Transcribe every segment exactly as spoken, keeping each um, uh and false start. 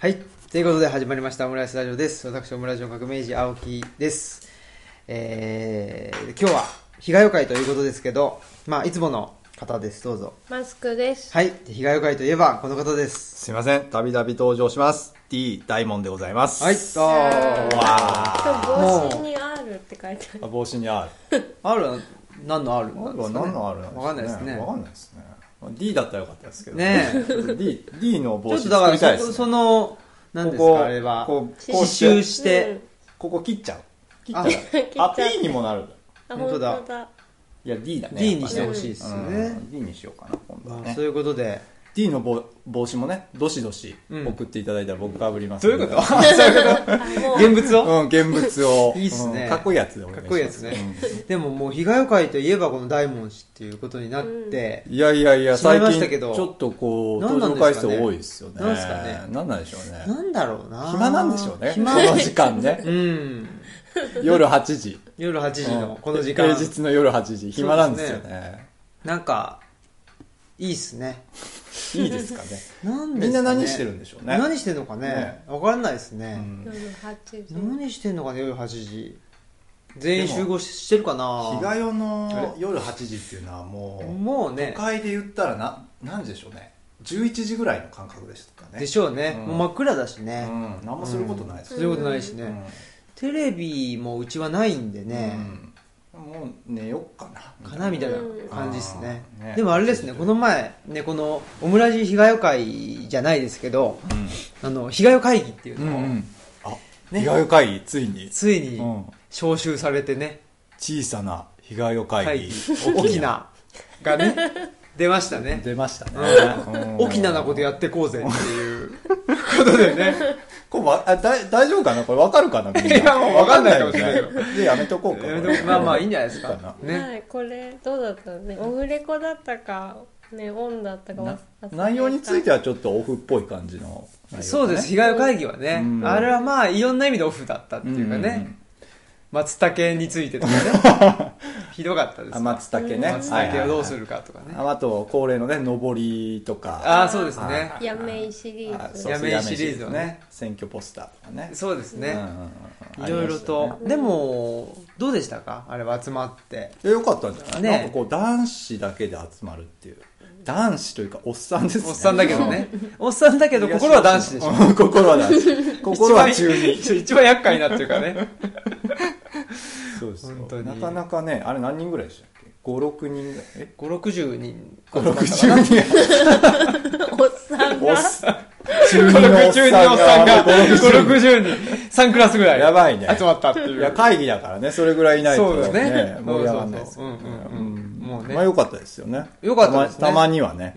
はい。ということで始まりましたオムライスラジオです。私、オムライスの革命児、青木です。えー、今日は、日がよ会ということですけど、まあ、いつもの方です。どうぞ。 マスクです。 はい。日がよ会といえば、この方です。 すいません。たびたび登場します。D 大門でございます。 はい。どうわー。帽子に R って書いてある。 帽子に R。 R は何の R なんですかね。 何の R なんですかね。 わかんないですね。 わかんないですね。D だったらよかったですけどね。 D、D の帽子ちょっとだから作りたいですね。 その、何ですか、あれは。 こう、 刺繍して、 ここ切っちゃう。切ったら、あ、P にもなる。 本当だ。 いや D だね。 D にしてほしいですよね。 D にしようかな、今度はね。 そういうことで。 D の帽子もね、どしどし送っていただいたら僕が被ります。 どういうことそういうこと現物をうん、現物を。 いいっすね。 かっこいいやつでお願いします。 かっこいいやつね。でももう、日がよ会といえばこの大門氏っていうことになって、 いやいやいや、最近ちょっとこう、登場回数多いですよね。 なんですかね。 なんなんでしょうね。 なんだろうな。 暇なんでしょうね。この時間ね。 うん。 夜はちじ。 夜はちじのこの時間。 平日の夜はちじ。暇なんですよね。 なんか、いいっすね。 いいですかね。 なんみんな何してるんでしょうね。 何してんのかね。わかんないですね。 夜はちじ。 何してんのかね、夜はちじ。全員集合してるかな。 日が代の夜はちじっていうのはもう、 もうね。 都会で言ったらな、なんでしょうね。じゅういちじぐらいの感覚でしたかね。 でしょうね。もう真っ暗だしね。 何もすることないです。 することないしね。テレビもうちはないんでね。 もう寝よっかなかなみたいな感じですね。でもあれですね、この前ね、このオムラジ日がよ会じゃないですけど、あの日がよ会議っていうのを、 日がよ会議ついについに招集されてね、 小さな日がよ会議沖縄がね出ましたね。 出ましたね。沖縄なことやってこうぜっていうことでね。 これあだ大丈夫かなこれ分かるかなみんな。 いやもう分かんないかもしれないけど。 でやめとこうか。 まあまあいいんじゃないですか。 ね。はい、これどうだったのね。オフレコだったか、ね、オンだったかは。 内容についてはちょっとオフっぽい感じの。 そうです。日がよ会議はね。あれはまあいろんな意味でオフだったっていうかね。松茸についてとかね。ひどかったです。 松茸ね。 松茸をどうするかとかね。 あと恒例のね上りとか。 ああそうですね。 やめいシリーズ。 やめいシリーズをね。 選挙ポスターとかね。 そうですね。いろいろと。でもどうでしたかあれは集まって。 よかったんじゃない。なんかこう男子だけで集まるっていう。男子というかおっさんですね。 おっさんだけどね。おっさんだけど心は男子でしょ。 心は男子。心は中二。 一番厄介になってるからね。 そうですよ。なかなかね、あれ何人ぐらいでしたっけ？ご、ろくにんぐらい。え ?ご、 ろくじゅうにん。 ご、ろくじゅうにん。おっさんが。 中二のおっさんが。 ご、ろくじゅうにん。さんクラスぐらい。 やばいね。 集まったっていう。 いや、会議だからね、それぐらいいないと。 そうですね。 盛り上がらないです。 うんうんうん。もうね。 まあ良かったですよね。 良かったですね。 たまにはね。 うん。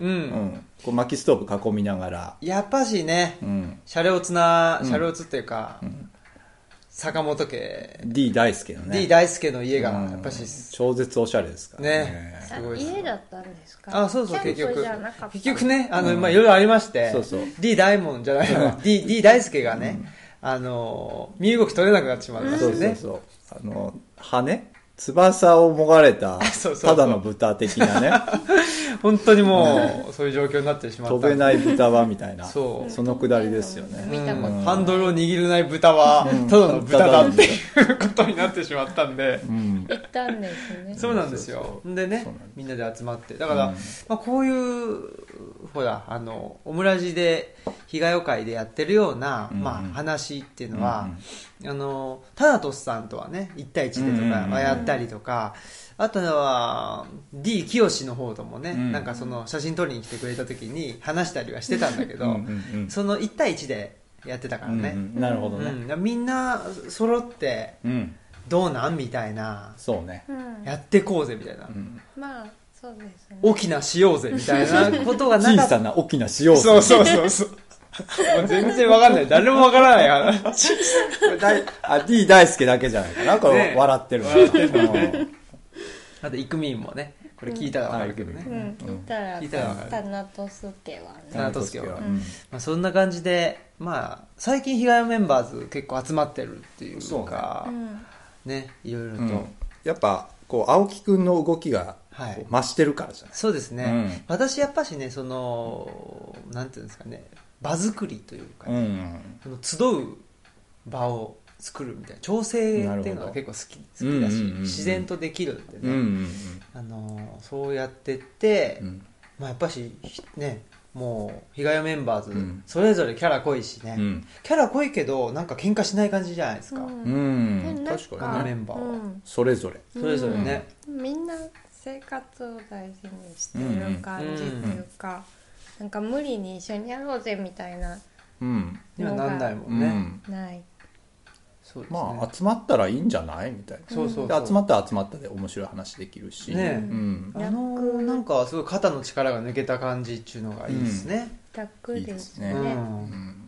こう薪ストーブ囲みながら。 やっぱしね、シャレオツな、シャレオツっていうか、坂本家 D 大輔のね D 大輔の家がやっぱし超絶おしゃれですからね。 すごい家だったんですか？ あ、そうそう結局結局ね、あのまあいろいろありまして、 そうそう D 大門じゃないわ D D 大輔がね、あの身動き取れなくなってしまったんですよね。 そうそうそう。あの羽翼をもがれたただの豚的なね。 本当にもうそういう状況になってしまった。 飛べない豚はみたいな。 そう。 そのくだりですよね。 見たことない。 ハンドルを握れない豚はただの豚だっていうことになってしまったんで。 言ったんですね。 そうなんですよ。でね、みんなで集まって。だから、まあこういう、ほら、あの、オムラジで、日がよ会でやってるような、まあ話っていうのは、あの、タナトスさんとはね、いち対いちでとかやったりとか、あとは D 清の方ともね、うん、なんかその写真撮りに来てくれた時に話したりはしてたんだけど、うんうんうん、そのいち対いちでやってたからね、 うんうん、なるほどね、 うん、みんな揃ってどうなんみたいな、 そうね、 やってこうぜみたいな、うん、 まあそうですね、 大きなしようぜみたいなことがなかった小さな大きなしようぜ、 そうそうそうそうもう全然わかんない。誰もわからない話。 あ、D 大輔だけじゃないかな。これ、ね、笑ってる。笑ってるの。 あと、イクミンもね、これ聞いたらわかるけどね。 うん、聞いたら、聞いたらわかる。タナトスケはね。 タナトスケは。うんまあ、そんな感じで、まあ、最近、日がよメンバーズ結構集まってるっていうか、うね、ね、いろいろと。うん、 やっぱ、こう、青木くんの動きが、はい、増してるからじゃない。 そうですね。うん、私、やっぱしね、その、なんていうんですかね、 場作りというか、ね、 うん、 その集う場を作るみたいな調整っていうのが結構好き、好きだし、うんうんうんうん、自然とできるんでね、うんうんうん、あのそうやってって、うんまあ、やっぱしねもう日帰りメンバーズ、うん、それぞれキャラ濃いしね、うん、キャラ濃いけどなんか喧嘩しない感じじゃないですか、うんうん、確かにあのメンバーは、うん、 それぞれそれぞれね、 うん、みんな生活を大事にしてる感じっていうか、うんうん、なんか無理に一緒にやろうぜみたいなのがなんないもんね、 うん、ないそうですね、 まあ集まったらいいんじゃないみたいな、 そうそうそうで集まったら集まったで面白い話できるし、 ね、うん、あのなんかすごい肩の力が抜けた感じっていうのがいいですね、 うん、楽ですね、 うんうん、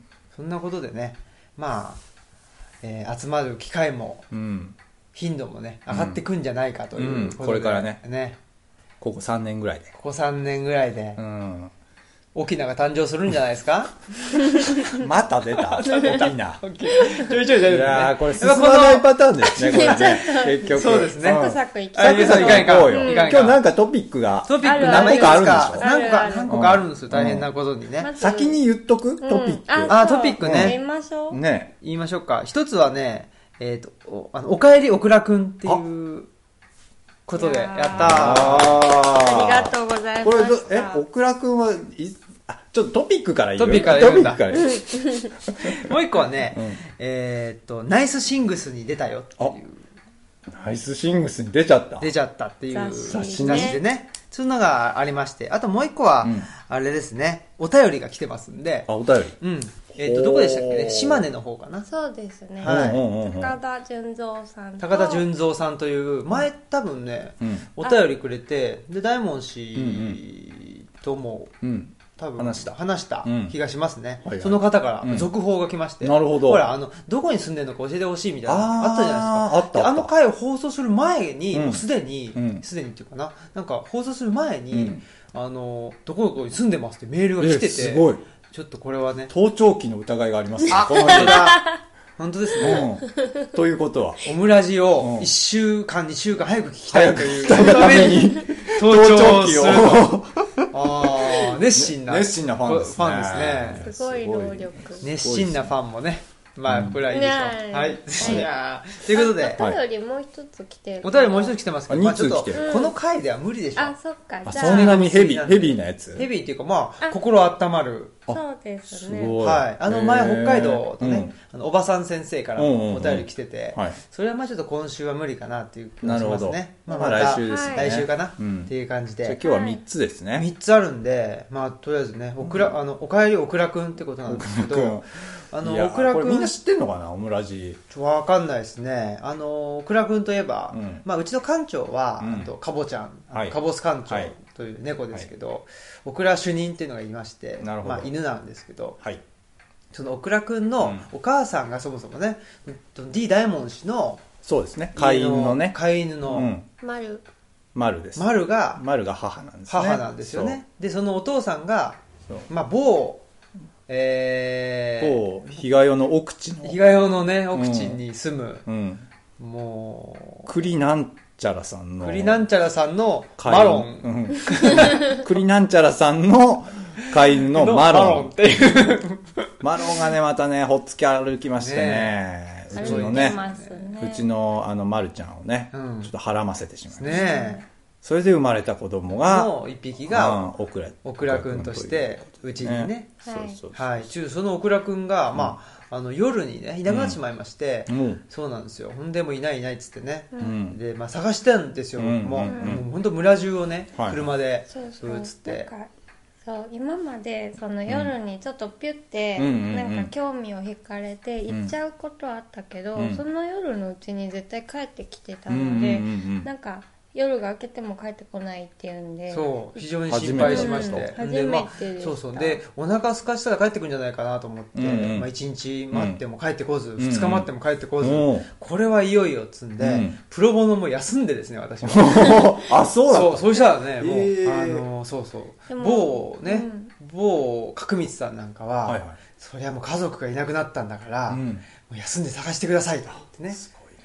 そんなことでねまあ、えー、集まる機会も、うん、頻度もね上がってくんじゃないかということで、 うん、これからね、 ねここさんねんぐらいでここさんねんぐらいで、うん沖縄が誕生するんじゃないですかまた出た沖縄ちょいちょい出る、ね、いやーこれ進まないパターンですねこれね結局そうですねサクサクいきサクサクいかんいかん、うん、今日なんかトピックがトピック何個かあるんでしょ何個か何個かあるんですよ、大変なことにね、 うん、先に言っとくトピック、 うん、 あトピックね、 言いましょうね言いましょうか。一つはねえっ、ー、と お, あのおかえりオクラくんっていうことでやったー あ, ありがとうございました。これえオクラくんはいちょっとトピックから言うトピックから言うんだもう一個はね、うん、えー、っとナイスシングスに出たよっていうナイスシングスに出ちゃった出ちゃったっていう雑誌でねそういうのがありまして、あともう一個は、うん、あれですねお便りが来てますんであお便りうんえー、っとどこでしたっけね島根の方かなそうですね、 はい、 高田純三さん高田純三さんという前多分ね、うん、お便りくれてで大門氏とも、うんうん多分話した話した気がしますね、うんはいはい、その方から続報が来まして、うん、 なるほどほらあのどこに住んでるのか教えてほしいみたいなのあったじゃないですか。 あったあったあの回を放送する前に、うん、もうすでにすで、うん、にっていうかななんか放送する前に、うん、あのどこどこに住んでますってメールが来てて、 すごいちょっとこれはね盗聴器の疑いがありますねあこの人だ本当ですね、 うん、ということはオムラジをいっしゅうかんにしゅうかん早く聞きたいというために盗聴器をあ熱心な熱心なファンですね。 ファンですね。 すごい労力。 熱心なファンもね。まあ、これはいいでしょう。うん、はい。いやということで。 お便りもう一つ来てる。 お便りもう一つ来てますけど、まあちょっと、 うん、 この回では無理でしょう。 あ、そっか。 じゃあそんなにヘビー、ヘビーなやつヘビーっていうか、まあ、心温まる。 そうですね。 はい。あの前、北海道のね、あのおばさん先生からお便り来てて、それはまあちょっと今週は無理かなっていう気がしますね。 まあまた来週ですね。 来週かなっていう感じで。 今日はみっつですね。 みっつあるんで、まあとりあえずね、おくら、あの、おかえりおくらくんってことなんですけど、あの、おくらくん。 これみんな知ってんのかなオムラジ。 わかんないですね。あの、おくらくんといえば、まあうちの館長は、あと、かぼちゃん、かぼす館長という猫ですけど、オクラ主任っていうのがいまして、まあ犬なんですけど、そのオクラくんのお母さんがそもそもね、D 大門氏の、 そうですね、飼い犬のね。 飼い犬の、 丸。 丸です。 丸が、 丸が母なんですね。 母なんですよね。で、そのお父さんが、まあ某、えー、某日帰りの奥地の日帰りのね奥地に住む、うんうん、もう栗なんちゃらさんの栗なんちゃらさんのマロン、 うん、栗なんちゃらさんの飼い犬のマロンマロンっていうマロンがねまたねほっつき歩きましてね、ねうちのね、ね、うちのあのまるちゃんをね、うん、ちょっとはらませてしまいましたね。それで生まれた子供がの一匹が、 うん、オクラオクラくんとしてうちにね、 ねそうそうはい、そのオクラくんが、うん、まあ、あの夜にねいなくなってしまいまして、うん、そうなんですよ。ほんでもいないいないっつってね、うん、でまあ探してたんですよ。うん、もう、うん、もう本当村中をね、はい、車でうっつってそう今までその夜にちょっとピュッて、うん、なんか興味を惹かれて行っちゃうことはあったけど、うん、その夜のうちに絶対帰ってきてたので、うんうんうんうん、なんか夜が明けても帰ってこないっていうんでそう非常に心配しまして、 初めてでした。 で、まあ、そうそうでお腹空かしたら帰ってくるんじゃないかなと思って、うんうんまあ、いちにち待っても帰ってこず、うん、ふつか待っても帰ってこず、うん、これはいよいよっつんで、うん、プロボノも休んでですね私もあそうだそうそうしたらねもう、えー、あのそうそう某ね、うん、某角光さんなんかは、はいはい、そりゃもう家族がいなくなったんだから、うん、もう休んで探してくださいとってね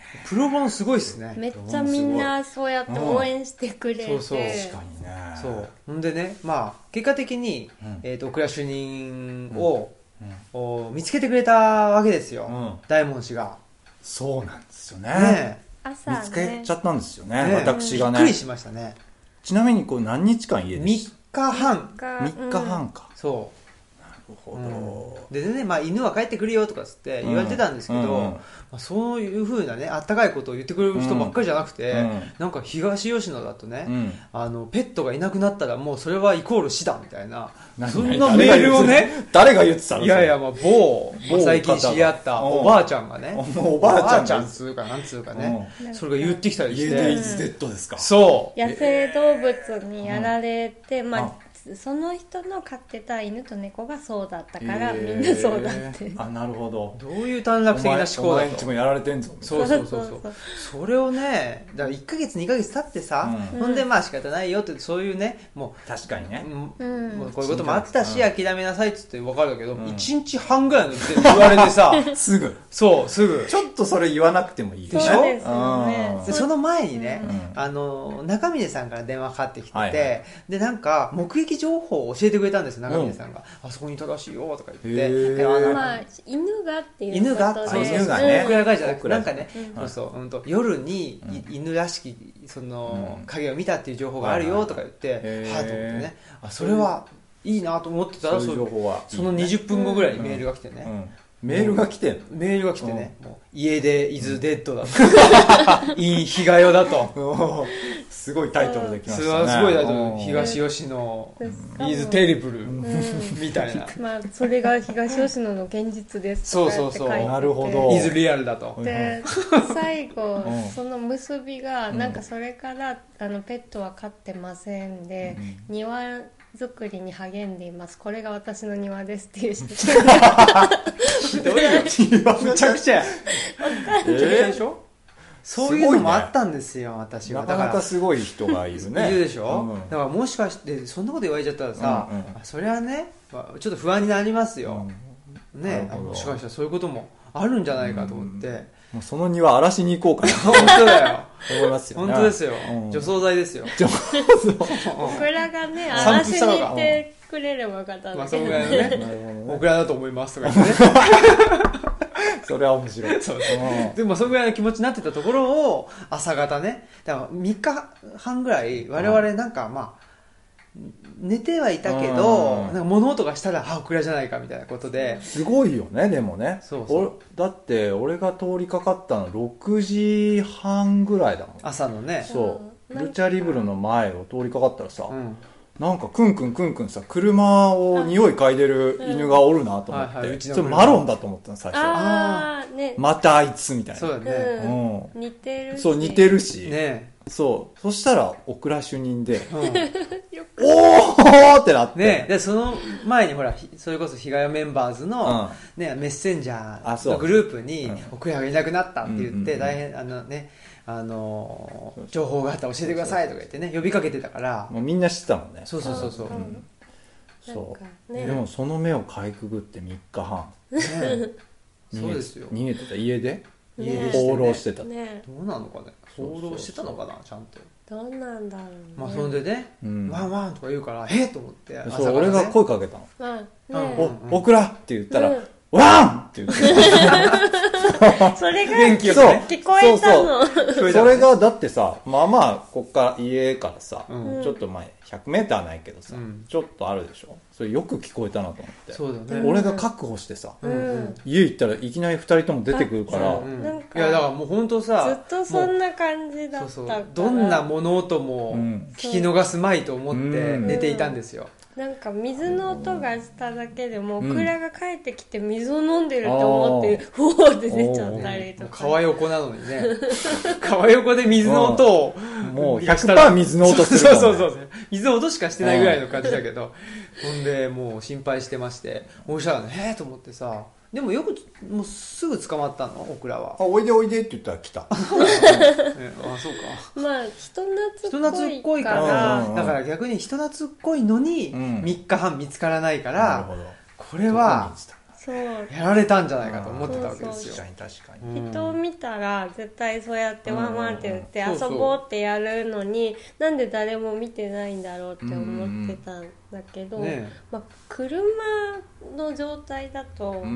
プロ本すごいっすね。 めっちゃみんなそうやって応援してくれて、うん、 そうそう確かにね。 そうほんでね、まあ結果的に、うん、えっ、ー、とオクラ主任を、うんうん、見つけてくれたわけですよ、うん、大門氏が。 そうなんですよね。 ね朝ね見つけちゃったんですよね、ね私がね。 びっくりしましたね。 ちなみにこう何日間家でみっかはん。 みっかはんか。 そう。 なるほど。 うん、でね、まあ、犬は帰ってくるよとかつって言われてたんですけど、うんうんうん、まあ、そういう風なね、あったかいことを言ってくれる人ばっかりじゃなくて、うん、なんか東吉野だとね、うん、あのペットがいなくなったらもうそれはイコール死だみたいな、そんなメールをね、 誰が言ってたの？ いやいや、まあ、某、まあ、最近知り合ったおばあちゃんがね、 おばあちゃん、 おばあちゃんつうかなんつうかね、うん、それが言ってきたりして、 家でイズデッドですか？ そう。 野生動物にやられて、うん、まあその人の飼ってた犬と猫がそうだったから、えー、みんなそうだって。 あ、なるほど。 どういう短絡的な思考だと。お前んちもやられてんぞ。 そうそうそうそう。それをね、だからいっかげつにかげつ経ってさ、うん、ほんでまあ仕方ないよってそういうね、もう確かにね、 うん、もうこういうこともあったし、うん、諦めなさいっつって分かるけど、うん、いちにちはんぐらいの言われてさ、 すぐ。 そうすぐ。 ちょっとそれ言わなくてもいいでしょ。 そうですよね。 でその前にね、うん、あの中峰さんから電話かかってきてて、はいはい、でなんか目撃情報を教えてくれたんですよ、中峰さんが、うん、あそこにいたらしいよとか言って、 でもまあ犬がっていうことで、 犬がそう犬がね、僕らがじゃなくてなんかね、うん、そうそう、うんと夜に、うん、犬らしきその、うん、影を見たっていう情報があるよとか言って、はいはい、はあと思ってね、あそれはいいなと思ってたら、 そういう情報は、 そのにじゅっぷんごぐらいにメールが来てね、 うんうん、メールが来てんの？ メールが来てね、もう家でイズデッドだと、いい日が代だと、 すごいタイトルできましたね。 すごいタイトル、東吉野イズテリブルみたいな。 まあそれが東吉野の現実ですとかって書いてて、そうそうそう、 なるほど。 イズリアルだと。 で最後その結びがなんかそれからあのペットは飼ってませんで、庭作りに励んでいます。これが私の庭ですっていう人。 どういう庭むちゃくちゃや。めちゃくちゃでしょ？そういうのもあったんですよ、私は。 なかなかすごい人がいるね。 いるでしょ、うん、だからもしかしてそんなこと言われちゃったらさ、うんうん、それはねちょっと不安になりますよ、うん、ね、もしかしたらそういうこともあるんじゃないかと思って、うん、もうその庭荒らしに行こうかな本当だよ思いますよね。 本当ですよ、うん、除草剤ですよ。 オクラがね荒らしに行ってくれればよかったんだけど、まあ、そのぐらいのねオクラだと思いますとか言ってねそれは面白い。そうそうでもそのぐらいの気持ちになってたところを朝方ね、だからみっかはんぐらい我々なんかまあ寝てはいたけど、なんか物音がしたらあオクラじゃないかみたいなことで、 すごいよね。でもね、そうそう、だって俺が通りかかったのろくじはんぐらいだもん、 朝のね。 そうルチャリブロの前を通りかかったらさ、うん、なんかクンクンクンクンさ車を匂い嗅いでる犬がおるなと思って、うんはいはい、それマロンだと思ったの最初。 あ、ね、 またあいつみたいな。 そうだね、 うん、似てるし。 そう似てるし、 ね、 そうそしたらオクラ主任で、うん、おーってなって、 ね、でその前にほらそれこそ日ヶ谷メンバーズの、うんね、メッセンジャーのグループにオクラがいなくなったって言って、うん、大変あのねあのー、情報があったら教えてくださいとか言ってね呼びかけてたから、 もうみんな知ってたもんね。 そうそうそうそう、 うん、そう、ね、でもその目をかいくぐってみっかはん、ね、 そうですよ。 逃げてた家で、 家で放浪してた、 ね、 どうなのかね、放浪してたのかなちゃんと。 どうなんだろうね。 まあそんでね、うん、ワンワンとか言うからえっと思って、 そう、ね、俺が声かけたの、 うんね、 おオクラって言ったら、うんワンって言ってそれが聞こえたの。 そうそうそれがだってさ、まあまあこっから家からさ、うん、ちょっと前ひゃくメーターないけどさ、うん、ちょっとあるでしょ。それよく聞こえたなと思って。 そうだね。 俺が確保してさ、うん、家行ったらいきなりふたりとも出てくるから、 うん、いやだからもう本当さ、 ずっとそんな感じだったから、そうそうどんな物音も聞き逃すまいと思って寝ていたんですよ。 なんか水の音がしただけでも、オクラが帰ってきて水を飲んでると思ってふおーって出ちゃったりとか、 川横なのにね川横で水の音をもう ひゃくパーセント 水の音するそうそうそうそう水の音しかしてないぐらいの感じだけどほんでもう心配してまして、お医者がねえーと思ってさ、でもよくもうすぐ捕まったのオクラは。 あおいでおいでって言ったら来たあそうか。 まあ人懐っこいから、だから逆に人懐っこいのにみっかはん見つからないから、これはそうやられたんじゃないかと思ってたわけですよ。 確かに確かに、 うん、人を見たら絶対そうやってワンワンって言って遊ぼうってやるのに、なんで誰も見てないんだろうって思ってたんだけど、ね、まあ、車の状態だと、うん、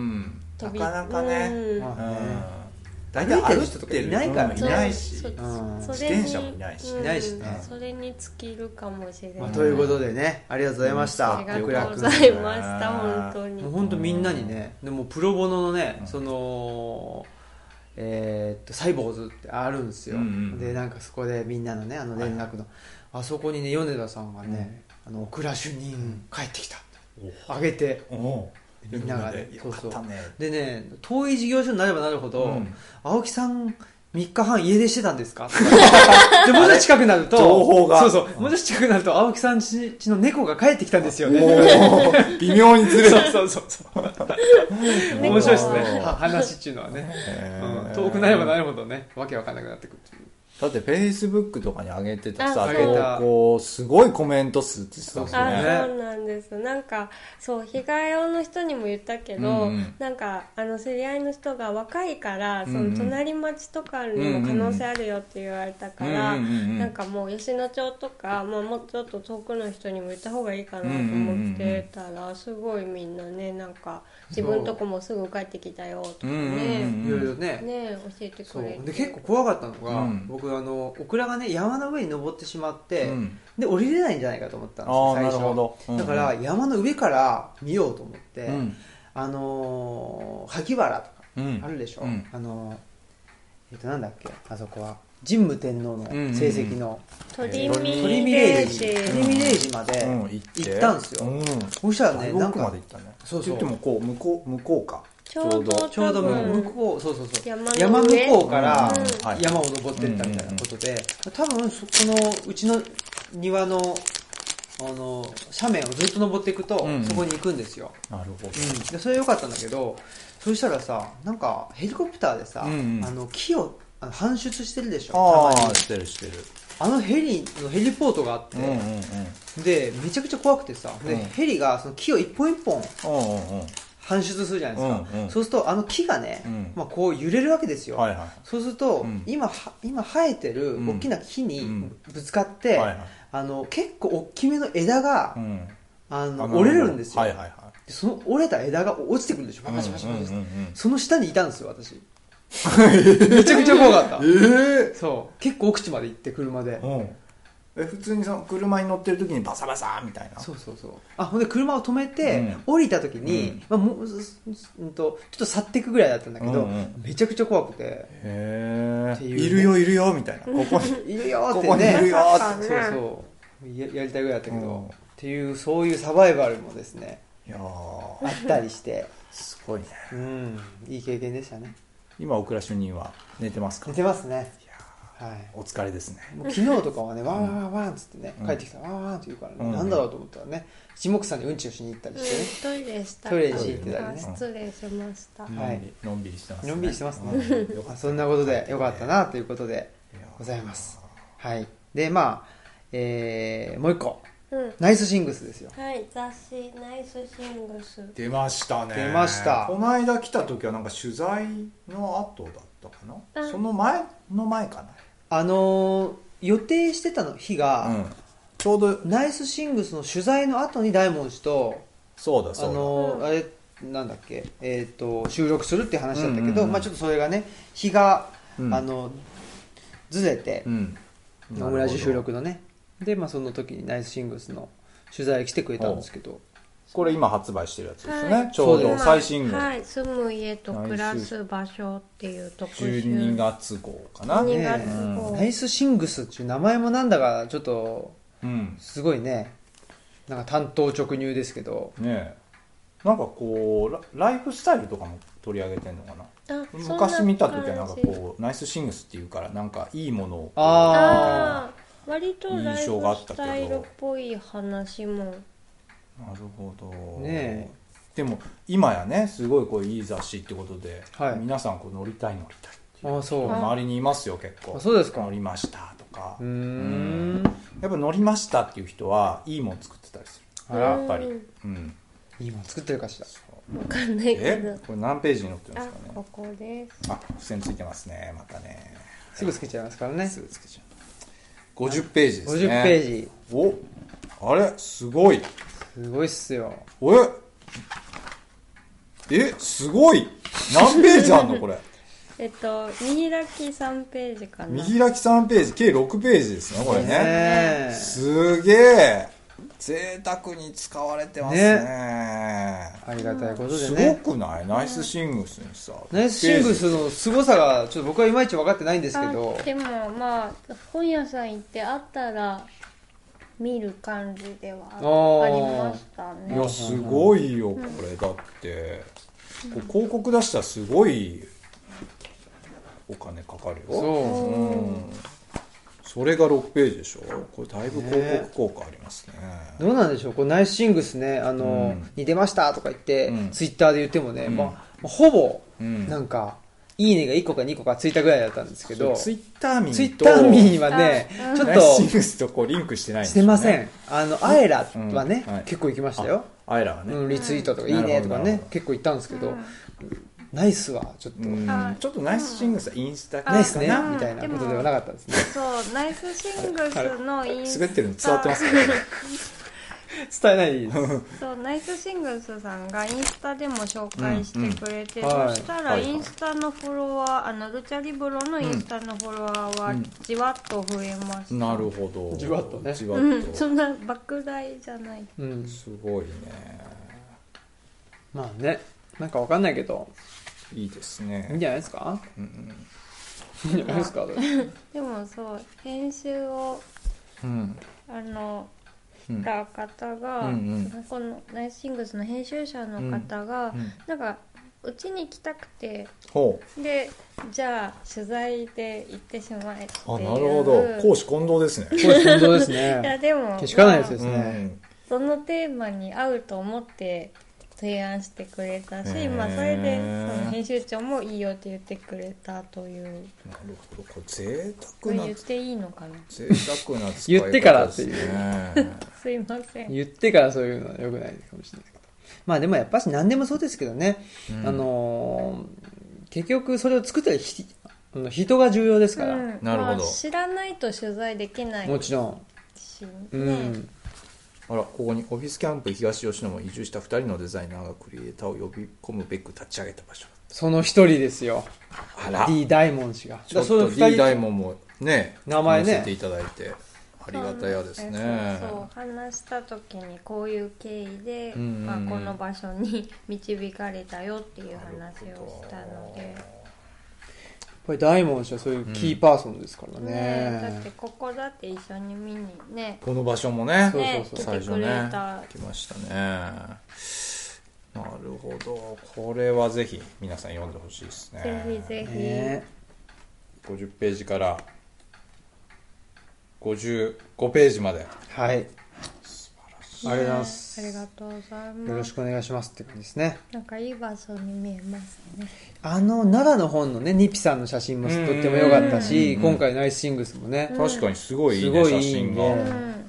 なかなかね、うんまあね、 大体歩いてるとかいないから、いないし、 うん、 自転車もいないし、 うん、 いないしね、 それに尽きるかもしれない、 まあ、ということでね、ありがとうございました、 ありがとうございました本当に。 もう本当みんなにね、でもプロボノのね、うん、そのえー、っとサイボーズってあるんですよ、うんうん、でなんかそこでみんなのねあの連絡の、はい、あそこにね米田さんがね、うん、あのオクラ主任帰ってきたあげて、みんながね、そうそうでね、遠い事業所になればなるほど、うん、青木さんみっかはん家出してたんですかでもうちょっと近くなると情報がそうそう、もうちょっと近くなると青木さんちの猫が帰ってきたんですよね微妙にずれるそうそうそう面白いですね話っていうのはね、うん、遠くなればなるほどねわけわかんなくなってくるっていう。 だってフェイスブックとかに上げてたさ投稿すごいコメント数って言ってたもんね。 あ、そうなんです。なんかそう被害用の人にも言ったけど、うんうん、なんかあの知り合いの人が若いから、うんうん、その隣町とかにも可能性あるよって言われたから、うんうんうん、なんかもう吉野町とか、まあ、もうちょっと遠くの人にも言った方がいいかなと思ってたら、すごいみんなねなんか自分とこもすぐ帰ってきたよとかね、 いろいろね、 ね教えてくれて。 で結構怖かったのが、うん、僕あのオクラがね山の上に登ってしまって、うん、で降りれないんじゃないかと思ったんですよ最初。なるほど、うんうん、だから山の上から見ようと思って、うん、あのー、萩原とかあるでしょ、うん、あのー、えっとなんだっけあそこは神武天皇の成績の、 うんうんうん、鳥見霊寺鳥見霊寺まで行ったんですよ、うん、そしたらねなんかまで行ったね。そうそうって言ってもこう向こう向こうかちょうどちょうど向こうそうそうそう山, 山向こうから山を登ってったみたいなことで、多分そこのうちの庭のあの斜面をずっと登っていくと、うん、そこに行くんですよ。 なるほど、うん、 でそれ良かったんだけど、そしたらさなんかヘリコプターでさ、うんうん、あの木をあの搬出してるでしょ。 ああしてるしてる。 あのヘリのヘリポートがあって、うんうんうん、でめちゃくちゃ怖くてさ、で、うん、ヘリがその木を一本一本、うんうんうん搬出するじゃないですか、うんうん、そうするとあの木がね、うんまあ、こう揺れるわけですよ、はいはい、そうすると、うん、今, 今生えてる大きな木にぶつかって、うんはいはい、あの結構大きめの枝が、うん、あの折れるんですよ、はいはいはい、でその折れた枝が落ちてくるんでしょバカバカバカバカ、うんうんうん、その下にいたんですよ私めちゃくちゃ怖かった、えー、そう結構奥地まで行って車で、うんえ普通にその車に乗ってる時にバサバサみたいな。 そうそうそう。あほんで車を止めて、うん、降りた時に、うんまあ、もう、うん、とちょっと去っていくぐらいだったんだけど、うんうん、めちゃくちゃ怖くて。 へー、ね、いるよいるよみたいな。ここにいるよってね。 ここにいるよって。 そうそうや。やりたいぐらいだったけど、うん、っていうそういうサバイバルもですね。いやあったりして。 すごいね。 うん、いい経験でしたね。 今オクラ主任は寝てますか？ 寝てますね。 はい、お疲れですね。 もう昨日とかはね、ワンワンワンっつってね、帰ってきたらワンワンって言うからね、うん、なんだろうと思ったらね、一目散にうんちをしに行ったりしてね、うん、トイレしたトイレしに行ってたりね、 失礼しました。 はい、のんびりしてますね。 のんびりしてますね。うん、そんなことでよかったなということでございます。はい。でまあ、えー、もう一個、うん、ナイスシングスですよ。 はい、雑誌ナイスシングス出ましたね。 出ました。 この間来た時はなんか取材の後だったかな。その前の前かな。 あのー、予定してたの日が、うん、ちょうどナイスシングスの取材の後に大門氏とそうだそうだ、 あのー、あれなんだっけ、えー、と収録するっていう話だったけど、うんうんうん、まあ、ちょっとそれがね日が、うん、あのずれて、うん、オムラジ収録のねで、まあ、その時にナイスシングスの取材来てくれたんですけど、 これ今発売してるやつですね、はい、ちょうど最新号、 はい、住む家と暮らす場所っていう特集じゅうにがつ号かな、 にがつ号、 ね、ナイスシングスっていう名前もなんだかちょっとすごいね、なんか単刀直入ですけどね、なんかこうライフスタイルとかも取り上げてんのかな。昔見た時はなんかこうナイスシングスっていうからなんかいいものをああ割とライフスタイルっぽい話もなるほどね。でも今やねすごいこういい雑誌ってことで、はい、皆さんこう乗りたい乗りたいっていう人周りにいますよ結構。 あそうですか。 乗りましたとかうーんやっぱ乗りましたっていう人はいいもん作ってたりする。あやっぱり、うん、 いいもの作ってるかしら。 わかんないけど。 えこれ何ページに載ってるんですかね。 あ、ここです。 あ、付箋ついてますね。またね。 すぐつけちゃいますからね。 すぐつけちゃう。ごじゅっページですね。 ごじゅっページ。 お、あれすごい。 すごいっすよ。 おええ、すごい。何ページあんのこれ。 えっと、見開きさんページかな。 見開きさんページ、計ろくページですね、これね。 ねすげえ。贅沢に使われてますね。 ねありがたいことでね。 すごくない？ナイスシングスにさ。 ナイスシングスの凄さが、ちょっと僕はいまいち分かってないんですけど。 でもまあ、本屋さん行ってあったら、見る感じではありましたね。 いや、すごいよ、これ。だって、うん、広告出したらすごいお金かかるよ。 そう。うんそれがろくページでしょ。これだいぶ広告効果ありますね。 どうなんでしょう。こうナイスシングスね、あの、うん、に出ましたとか言って、うん、ツイッターで言ってもね、うんまあ、ほぼ、なんか、いいねがいっこかにこかついたぐらいだったんですけど、 ツイッター民とツイッター民はね、ちょっと、 ナイスシングスとこうリンクしてないんですよね。してません。あの、アエラはね、 うんはい、 結構行きましたよ。 アエラはね、 うん。リツイートとかいいねとかね、結構行ったんですけど、ナイスはちょっと、うん、 ちょっとナイスシングスはインスタナイスねみたいなことではなかったですね。 そうナイスシングスのインスタ滑ってるの伝わってますか伝えないですそうナイスシングスさんがインスタでも紹介してくれて、うんうん、そしたらインスタのフォロワー、あのルチャリブロのインスタのフォロワーはじわっと増えました、うん、 なるほどじわっとねじわっと、 うん、そんな莫大じゃない、 うん、 すごいね。 まあねなんかわかんないけどいいですね。 いいんじゃないですか、うんうん、いいんじゃないですかでもそう編集を、うん、あのた方が、うんうん、このナイスシングスの編集者の方が、うんうん、なんかうちに来たくてでじゃあ取材で行ってしまえっていう。 あ、なるほど。公私混同ですね。 公私混同ですね。 いやでもけしからないやつですね、 まあうん、そのテーマに合うと思って提案してくれたし、まあ、それでその編集長もいいよって言ってくれたという。なるほど。これ贅沢な言っていいのかな。 贅沢な使い方ですね。 言ってからっていうすいません。 言ってからそういうのは良くないかもしれないけど、まあでもやっぱし何でもそうですけどね、うん、あのー、結局それを作ってる人が重要ですから、うん、 なるほど、まあ、 知らないと取材できないもちろんし、ね、 うんあら、ここにオフィスキャンプ東吉野も移住したふたりのデザイナーがクリエイターを呼び込むべく立ち上げた場所。 その一人ですよ。 あら D 大門氏が。 ちょっと D 大門もね名前ね載せていただいてありがたやですね。 そうそう話した時にこういう経緯で、うんうん、まあ、この場所に導かれたよっていう話をしたので。 これ大門氏はそういうキーパーソンですからね、うんね、だってここだって一緒に見にねこの場所もね、 そうそうそう最初ね来ましたね。なるほど、これはぜひ皆さん読んでほしいですね。 ぜひぜひ、 ね、 ごじゅっページからごじゅうごページまで、 はい、ありがとうございます。 ありがとうございます。 よろしくお願いしますって感じですね。 なんかいい場所に見えますね。 あの奈良の本のねニピさんの写真もとっても良かったし、今回ナイスシングスもね、 確かにすごいいいね、写真が、うん、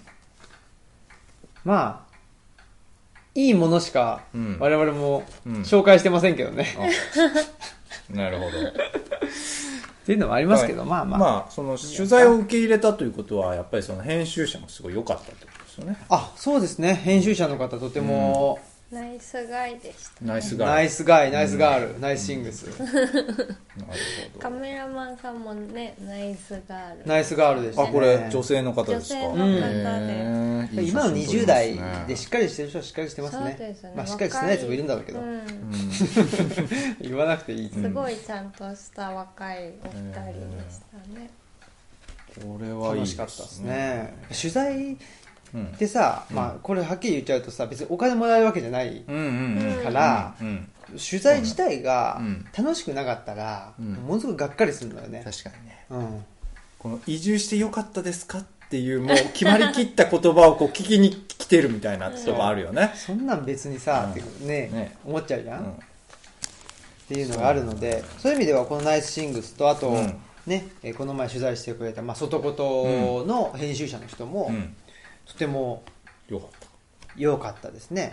まあいいものしか我々も紹介してませんけどね、 うん、なるほどっていうのもありますけど、まあまあまあその取材を受け入れたということはやっぱりその編集者もすごい良かったってことですよね。 あ、そうですね。編集者の方とても、 うん、ナイスガイでした、ね、 ナイスガイ、 ナイスガイ、ナイスガール、うん、ナイスシングス。なるほど。カメラマンさんもね、ナイスガール。 ナイスガールでしたね。 あ、これ女性の方ですか。 女性の方で。 今のにじゅう代でしっかりしてる人はしっかりしてますね。そうですね。まあしっかりしてないやつもいるんだろうけど。うん、言わなくていい。 すごいちゃんとした若いお二人でしたね。 これはいいですね。 楽しかったですね。取材でさ、うん、まあこれはっきり言っちゃうとさ、別にお金もらえるわけじゃないから、取材自体が楽しくなかったら、うん、ものすごくがっかりするんだよね。 確かにね。うん、この移住してよかったですかっていうもう決まりきった言葉をこう聞きに来てるみたいなとこあるよね。 そんなん別にさ、うん、ってね、ね思っちゃうじゃん、うん、っていうのがあるので、そういう意味ではこのナイスシングスとあと、うんね、この前取材してくれた、まあ、外言の編集者の人も、うん、とても良かった良かったですね。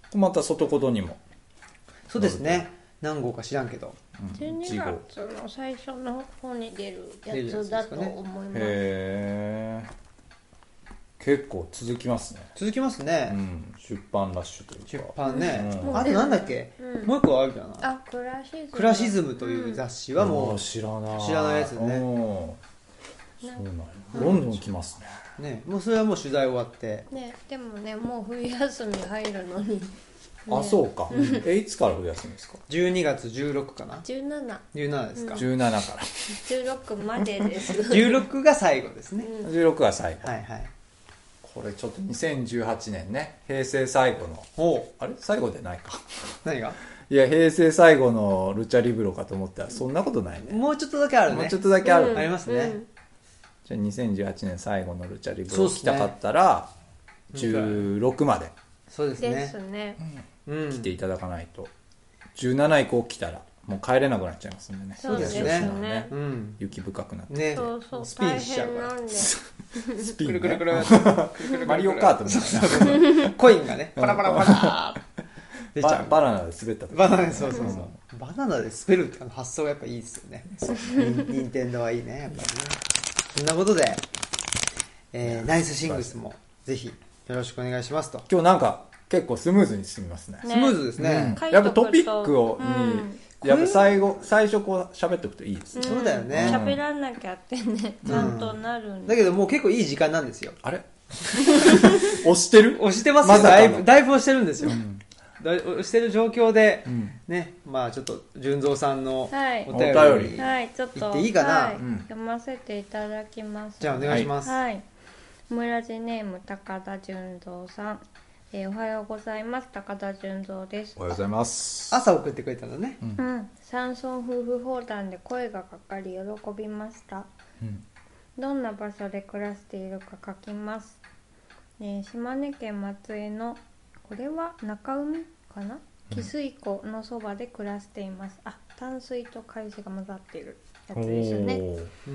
また外ことにもそうですね、何号か知らんけど、 じゅうにがつの最初の方に出るやつだと思います。 へー、結構続きますね。 続きますね、 うん、出版ラッシュというか出版ね、 うん、 あとなんだっけ、うん、もう一個あるじゃない、 あ、クラシズムクラシズムという雑誌はもう、 うん、知らない知らないやつね。 そうなんや、どんどん来ますね。 ね、もうそれはもう取材終わって、 ね、でもね、もう冬休み入るのに、ね、 あ、そうか、うん、え、いつから冬休みですか？ じゅうにがつじゅうろくかな、 じゅうなな、 じゅうななですか、うん、 じゅうななからじゅうろくまでですじゅうろくが最後ですね、 うん、じゅうろくが最後、 はいはい。 これちょっとにせんじゅうはちねんね、平成最後の、おあれ最後でないか何が？ いや、平成最後のルチャリブロかと思ったらそんなことないね。 もうちょっとだけあるね。 もうちょっとだけある、うん、 ありますね、うん、 じゃあにせんじゅうはちねん最後のルチャリブロ来たかったら、ね、じゅうろくまでそうですね、 ですね、 うん、来ていただかないとじゅうなな以降来たらもう帰れなくなっちゃいますんでね。 そうですね、 ね、うん、雪深くなって、 ね、 そうそう、 スピンしちゃうからスピン、ね、 くるくるくるマリオカートみたいなコインがねパラパラパラ出ちゃう。バナナで滑った時、 バナナで、そうそうそう、うん、バナナで滑るって発想がやっぱいいですよね。任天堂はいいね、やっぱりね。そんなことで、えー、ナイスシングスもぜひよろしくお願いしますと。 今日なんか結構スムーズに進みますね。 スムーズですね、 うん、やっぱトピックをに、うんやっぱ最後最初こう喋っておくといいですね、 うん、そうだよね、 喋らなきゃってねちゃんとなるんで、うん、 だけどもう結構いい時間なんですよ。 あれ押してる押してますよ、ま、だいぶだいぶ押してるんですよ、うん、押してる状況で、うん、ね、まあちょっと純三さんのお便り、 はいはい、ちょっと言っていいかな、 はい、読ませていただきます。 じゃあお願いします。 はい、オムラジネーム高田純三さん、えー、おはようございます。高田純三です。 おはようございます。 朝送ってくれたのね、 うん、うん、山村夫婦砲弾で声がかかり喜びました、うん、どんな場所で暮らしているか書きます、えー、島根県松江のこれは中海かな、汽水湖のそばで暮らしています。あ、淡水と海水が混ざっているやつですよね。うん、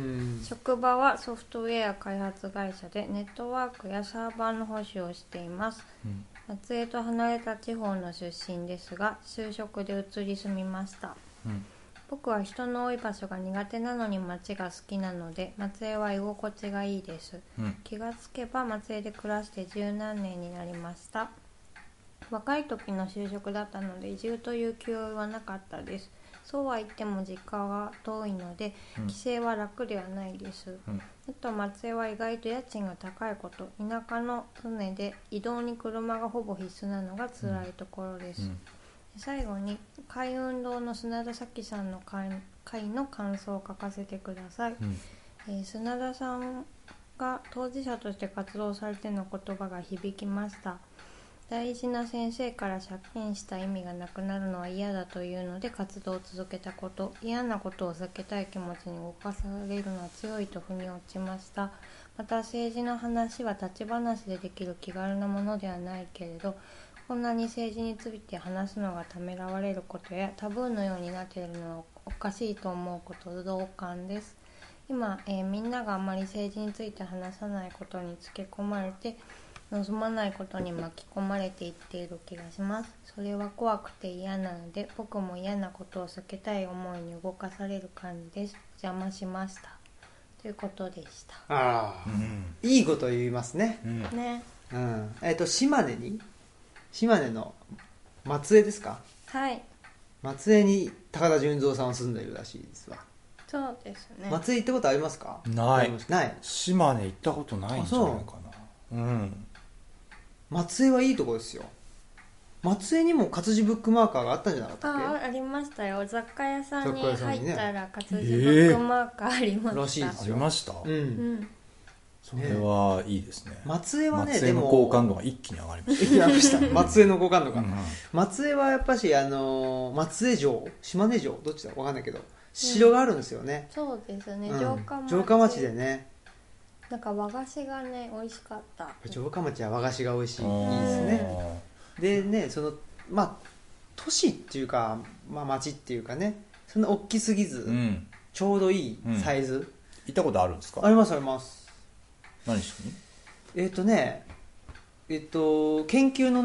職場はソフトウェア開発会社でネットワークやサーバーの保守をしています、うん、松江と離れた地方の出身ですが就職で移り住みました、うん、僕は人の多い場所が苦手なのに街が好きなので松江は居心地がいいです、うん、気がつけば松江で暮らして十何年になりました。若い時の就職だったので移住という気負いはなかったです。そうは言っても実家が遠いので、うん、帰省は楽ではないです、うん、あと松江は意外と家賃が高いこと、田舎の船で移動に車がほぼ必須なのが辛いところです、うん、最後に海運堂の砂田咲さんの会の感想を書かせてください、うん、えー、砂田さんが当事者として活動されての言葉が響きました。大事な先生から借金した意味がなくなるのは嫌だというので活動を続けたこと、嫌なことを避けたい気持ちに動かされるのは強いと腑に落ちました。また政治の話は立ち話でできる気軽なものではないけれど、こんなに政治について話すのがためらわれることやタブーのようになっているのはおかしいと思うこと同感です。今、えー、みんながあまり政治について話さないことにつけ込まれて望まないことに巻き込まれていっている気がします。それは怖くて嫌なので僕も嫌なことを避けたい思いに動かされる感じです。邪魔しましたということでした。 ああ、うん、いいこと言いますね、うん、 ね、 うん、えっと島根に島根の松江ですか。 はい、 松江に高田純三さんは住んでいるらしいですわ。 そうですね。 松江行ったことありますか。 ない。 ない。 島根行ったことないんじゃないかな。うん。 松江はいいとこですよ。松江にも活字ブックマーカーがあったんじゃなかったっけ。 あ、ありましたよ。雑貨屋さんに入ったら活字ブックマーカーありました、えー、 らしいですよ。 ありました。 うん、うん、 それはいいですね。 松江はね、 松江の好感度が一気に上がりました。 上がりました松江の好感度が、うん、松江はやっぱしあの松江城、島根城どっちだか分かんないけど城があるんですよね、 うん、そうですね、 うん、 城下町、 城下町でね、 なんか和菓子がね美味しかった。 城下町は和菓子が美味しい、いいですね。でね、そのまあ都市っていうか、まあ、町っていうかね、そんな大きすぎず、うん、ちょうどいいサイズ、うん、 行ったことあるんですか。 ありますあります。 何しに。 えっ、ー、とねえっ、ー、と研究のね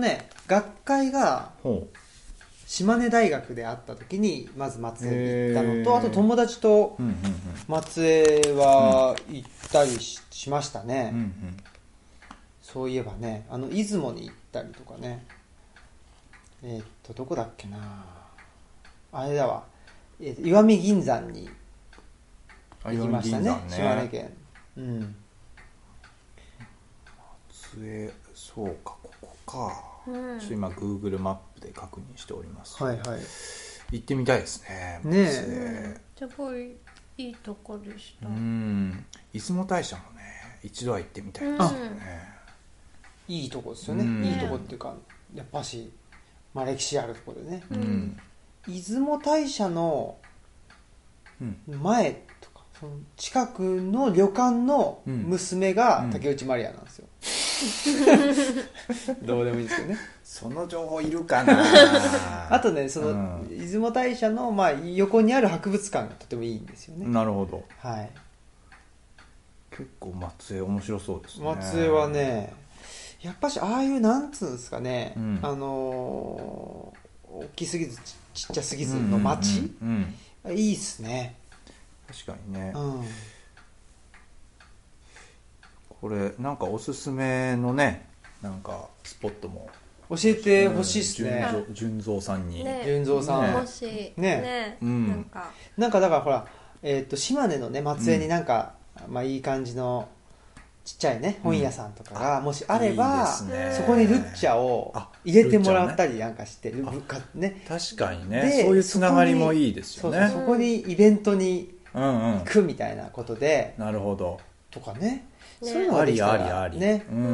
学会が島根大学で会った時にまず松江に行ったのと、あと友達と松江は行ったり し, しましたね、うんうん、そういえばね、あの出雲に行ったりとかね、えー、っとどこだっけな、あれだわ、えー、石見銀山に行きました ね, ね島根県、うん、 松江、そうか、ここか、うん、ちょっと今 Google マップで確認しております、 はいはい、 行ってみたいですね。 ねえ、 すごいいいとこでした。 うん、出雲大社もね一度は行ってみたいですよね、 うん、いいとこですよね、うん、いいとこっていうかやっぱし、まあ、歴史あるところでね、うん、出雲大社の前とか、その近くの旅館の娘が竹内まりやなんですよ、うん、どうでもいいですけどね、 その情報いるかなあとね、その、うん、出雲大社の、まあ、横にある博物館がとてもいいんですよね。 なるほど、 はい、 結構松江面白そうですね。 松江はね、やっぱしああいうなんつうんですかね、うん、あのー、大きすぎず ち, ちっちゃすぎずの町、うんうんうん、いいっすね。 確かにね、 うん、 これなんかおすすめのね、なんかスポットも教えてほしいっすね、 純三さんに、 ね、純三さん、 もしね、 ね、 うん、なんかなんかだからほら、えー、と島根のね松江になんか、うん、まあいい感じのちっちゃいね本屋さんとかがもしあれば、うん、いい、ね、そこにルッチャを入れてもらったりなんかしてる、ね、 確かにね、そういうつながりもいいですよね。 そうそう、そこにイベントに行くみたいなことで、 うんうん、なるほどとかね、 そういうのができたらね、 うん、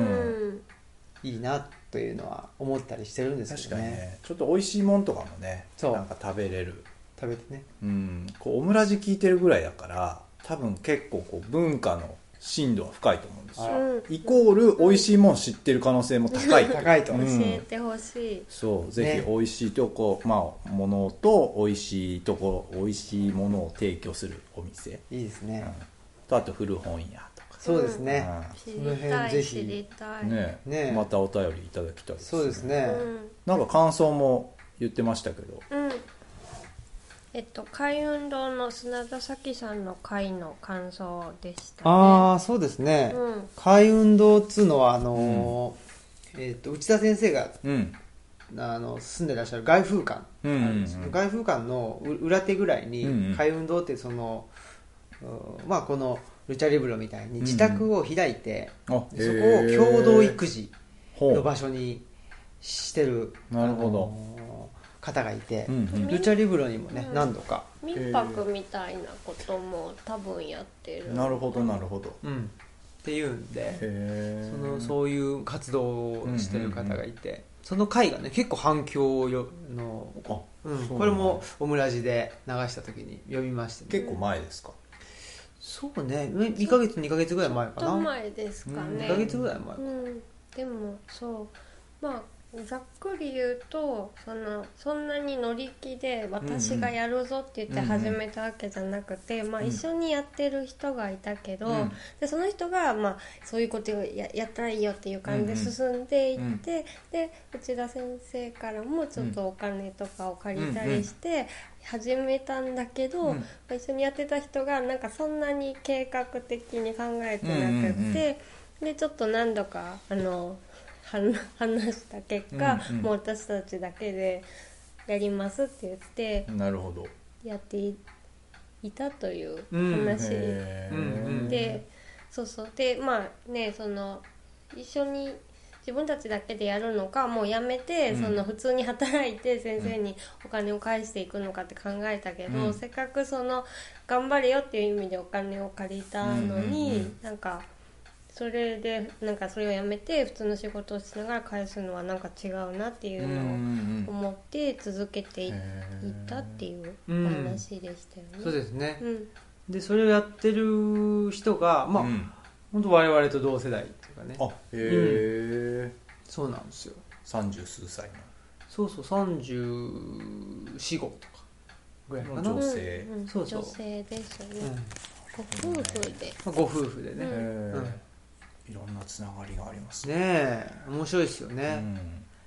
いいなというのは思ったりしてるんですけどね。 確かにね、ちょっと美味しいもんとかもね、なんか食べれる、 食べてね、 うん、こうオムラジ聞いてるぐらいだから多分結構こう文化の深度は深いと思うんですよ、うん、イコール美味しいもん知ってる可能性も高い高いと、 うん、教えてほしい。 そうぜひ美味しいとこ、ね、まあものと美味しいとこ美味しいものを提供するお店いいですね、 うん、とあと古本屋とか、 そうですね、 うん、その辺ぜひ知りたい、 ねね、またお便りいただきたいですね。 そうですね、 うん、なんか感想も言ってましたけど、 うん、えっと、海運堂の砂田咲さんの会の感想でしたね。 ああ、そうですね、うん、海運堂っつうのはあのーうん、えっと、内田先生が、うん、あの住んでらっしゃる外風館、うんうんうん、外風館の裏手ぐらいに、うんうん、海運堂ってその、まあ、このルチャリブロみたいに自宅を開いて、うんうん、そこを共同育児の場所にしてる、 なるほど、あのー方がいて、うんうん、ルチャリブロにもね、うん、何度か民泊みたいなことも多分やってる。 なるほどなるほど、 うん、っていうんで、そのそういう活動をしてる方がいて、うんうんうん、その回がね結構反響の、うん、これもオムラジで流した時に読みました、ね、 結構前ですか？ そうね、いっかげつにかげつぐらい前かな。 ちょっと前ですかね、 にかげつぐらい前か、 うん、でもそうまあざっくり言うと そ, のそんなに乗り気で私がやるぞって言って始めたわけじゃなくて、うんうんまあ、一緒にやってる人がいたけど、うん、でその人が、まあ、そういうことを や, やったらいいよっていう感じで進んでいって、うんうん、で内田先生からもちょっとお金とかを借りたりして始めたんだけど、うんまあ、一緒にやってた人がなんかそんなに計画的に考えてなくって、うんうんうん、でちょっと何度かあの話した結果、うんうん、もう私たちだけでやりますって言ってなるほどやっていたという話で、うん、でそうそうでまあねその一緒に自分たちだけでやるのかもうやめて、うん、その普通に働いて先生にお金を返していくのかって考えたけど、うん、せっかくその頑張れよっていう意味でお金を借りたのに、うんうんうん、なんかそれでなんかそれをやめて普通の仕事をしながら返すのはなんか違うなっていうのを思って続けていったっていう話でしたよね、 うん、そうですね、うん、でそれをやってる人がまあ、うん、本当我々と同世代っていうかね、 あへえ、うん、 そうなんですよ、 三十数歳のそうそうさんじゅうよん、ごとかぐらいかな、 女性、 うんうん、そうそう女性ですよね、うん、ご夫婦で、 まあ、ご夫婦でね、 うんいろんなつながりがありますね。ねえ面白いですよね、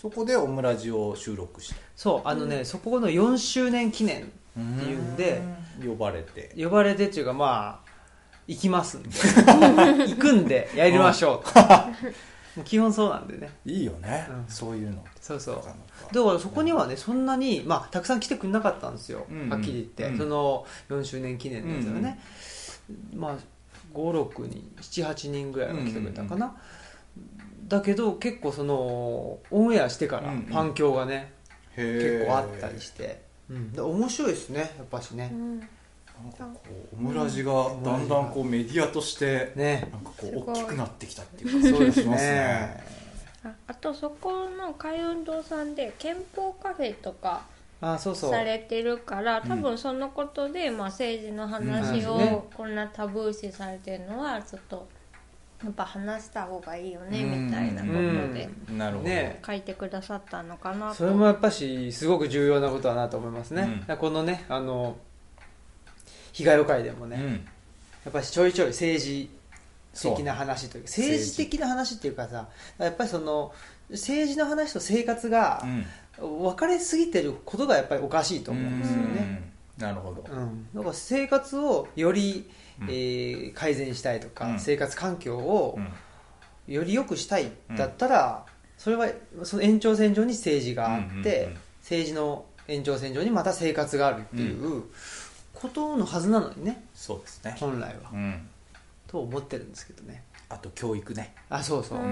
そこでオムラジを収録して、 そうあのね、うん、そこのよんしゅうねん記念っていうんで呼ばれて呼ばれてっていうかまあ行きますんで行くんでやりましょうもう基本そうなんでね。 いいよね、うん、そういうの。 そうそう。だからそこにはね、そんなに、まあ、たくさん来てくれなかったんですよ、うんうん、はっきり言って、うん、そのよんしゅうねん記念のやつがね、うんうん、まあご、ろくにん、なな、はちにんぐらいは来てくれたかな、うんうん、だけど結構そのオンエアしてから反響がね、うんうん、結構あったりして、うん、面白いですね、やっぱしね、うん、 なんかこうオムラジがだんだんこうメディアとしてなんかこう大きくなってきたっていうか、そうですね。 あ, あとそこの海運動さんで憲法カフェとかあそうそうされてるから多分そのことで、まあ、政治の話をこんなタブー視されてるのはちょっとやっぱ話した方がいいよねみたいなことで書いてくださったのかなと。 それもやっぱしすごく重要なことだなと思いますね、うん、このねあの被害会でもね、うん、やっぱりちょいちょい政治的な話というか政治的な話っていうかさ、やっぱりその政治の話と生活が分かれすぎてることがやっぱりおかしいと思うんですよね、 うん、なるほど、 うん、だから生活をより、うんえー、改善したいとか、うん、生活環境をより良くしたいだったら、うん、それはその延長線上に政治があって、うんうんうん、政治の延長線上にまた生活があるっていうことのはずなのにね、 そうですね、 本来は、うんと思ってるんですけどね。 あと教育ね。 あ、そうそう、うん、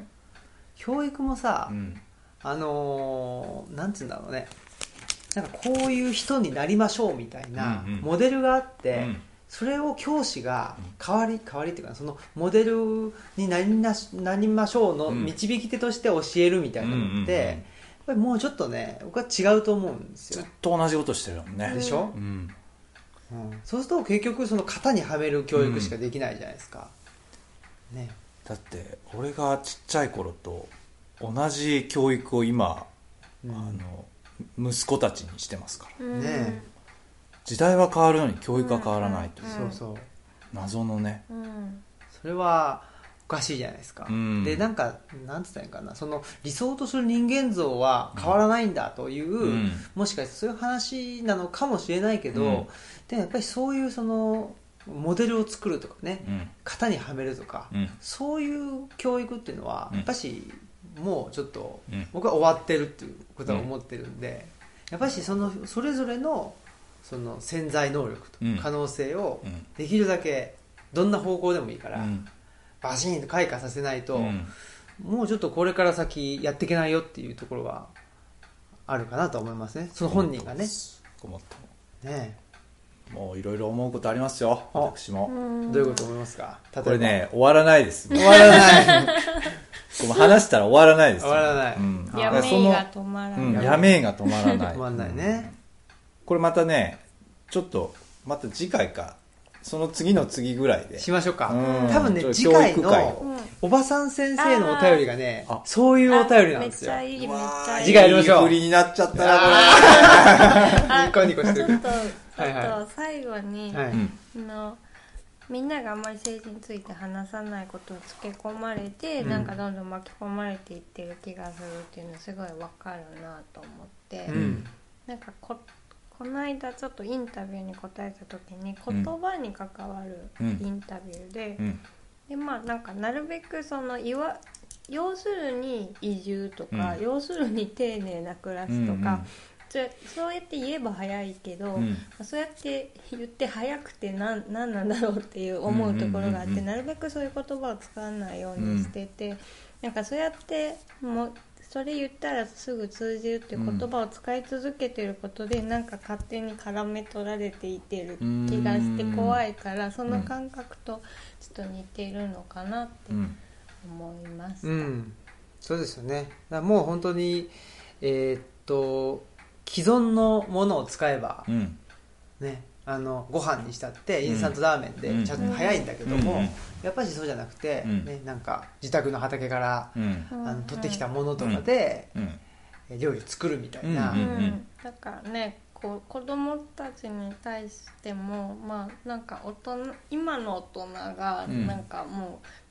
教育もさ、うん、あのー、なんていうんだろうね、なんかこういう人になりましょうみたいなモデルがあって、うんうん、それを教師が代わり代わりっていうか、そのモデルになりななりましょうの導き手として教えるみたいなのって、うんうんうん、やっぱりもうちょっとね、僕は違うと思うんですよ。 ずっと同じことしてるもんね。 でしょ、うんうん、そうすると結局その型にはめる教育しかできないじゃないですか、うんね、 だって俺がちっちゃい頃と同じ教育を今、うん、あの息子たちにしてますから、うんね、時代は変わるのに教育は変わらないという、 うんうん、そうそう謎のね、 うん、それはおかしいじゃないですか、うん、でなんかなんて言ったらいいかな、その理想とする人間像は変わらないんだという、うん、もしかしてそういう話なのかもしれないけど、うん、でもやっぱりそういうそのモデルを作るとかね、うん、型にはめるとか、うん、そういう教育っていうのはやっぱしもうちょっと僕は終わってるっていうことは思ってるんで、やっぱりそのそれぞれのその潜在能力と可能性をできるだけどんな方向でもいいから、うんバシーンと開花させないと、うん、もうちょっとこれから先やっていけないよっていうところはあるかなと思いますね、その本人がね。 思ったもねもういろいろ思うことありますよ、私も。 どういうこと思いますか？例えばこれね、終わらないです、 ね、終わらない話したら終わらないです、 終わらない、うん、 やめいが止まらない、 うん、やめいが止まらない止まらないね、 これまたね、ちょっとまた次回かその次の次ぐらいでしましょうか、うん、多分ね次回のおばさん先生のお便りがね、そういうお便りなんですよ。 めっちゃいい、めっちゃいい。 次回やりましょう。 いい振りになっちゃったなこれニコニコしてる。 ちょっと、ちょっと最後に、はい、あのみんながあんまり政治について話さないことをつけ込まれて、うん、なんかどんどん巻き込まれていってる気がするっていうのすごいわかるなと思って、うん、なんかここの間ちょっとインタビューに答えた時に言葉に関わるインタビューで、うんうん、でまあなんかなるべくそのいわ要するに移住とか、うん、要するに丁寧な暮らしとか、うんうん、そうやって言えば早いけど、うん、そうやって言って早くて何なんだろうっていう思うところがあって、うんうんうんうん、なるべくそういう言葉を使わないようにしてて、うん、なんかそうやってもうそれ言ったらすぐ通じるっていう言葉を使い続けてることで、うん、なんか勝手に絡め取られていてる気がして怖いから、その感覚とちょっと似てるのかなって思いました、うんうん、 そうですよね。だからもう本当にえー、っと既存のものを使えば、うん、ね、あのご飯にしたってインスタントラーメンでちゃんと早いんだけども、うん、やっぱりそうじゃなくて、うんね、なんか自宅の畑から、うん、あの取ってきたものとかで、うん、料理作るみたいな、 うんうん、だからね、こう子供たちに対しても、まあ、なんか大人今の大人がなんかもう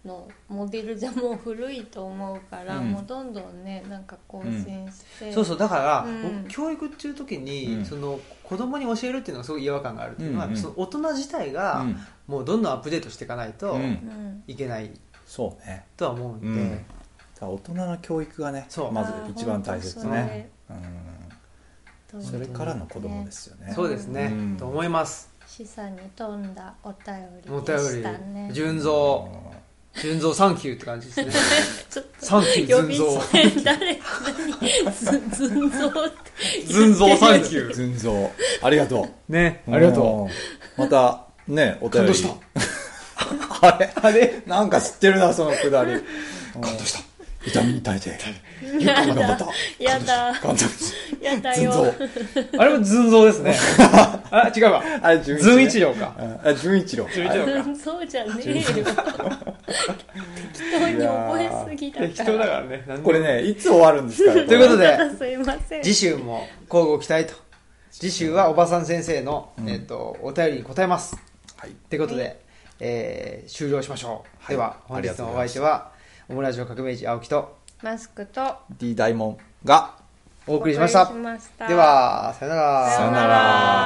のモデルじゃもう古いと思うから、うん、もうどんどんねなんか更新して、 うん、そうそうだから、うん、教育っていう時に、うん、その子供に教えるっていうのがすごい違和感があるっていうのは、うんうん、その大人自体が、うん、もうどんどんアップデートしていかないといけない、うん、 そうねとは思うんで、うん、 大人の教育がねまず一番大切ね、うん、それからの子供ですよね。 そうですね、うん、と思います。 示唆に富んだお便りでしたね。 純蔵純蔵サンキューって感じですね。サンキュー純蔵。 誰純蔵って純蔵サンキュー。 純蔵ありがとうね、ありがとう。またねお便り。感動した。あれあれなんか知ってるなそのくだり。 感動した。 痛みに耐えて。 やだ。やだ。やだよ。 あれも寸蔵ですね。あ、違うわ。あれ、純一郎か。 あ、純一郎。 純一郎か。 そうじゃねえよ。適当に覚えすぎだから。 適当だからね。 これね、いつ終わるんですかということで、 すいません。 次週も交互期待と。次週はおばさん先生の、えっと、お便りに答えます。はい。ということで、えー、終了しましょう。では、本日のお相手は、オムラジオ革命児青木とマスクと D 大門がお送りしました。ではさよなら。 さよなら。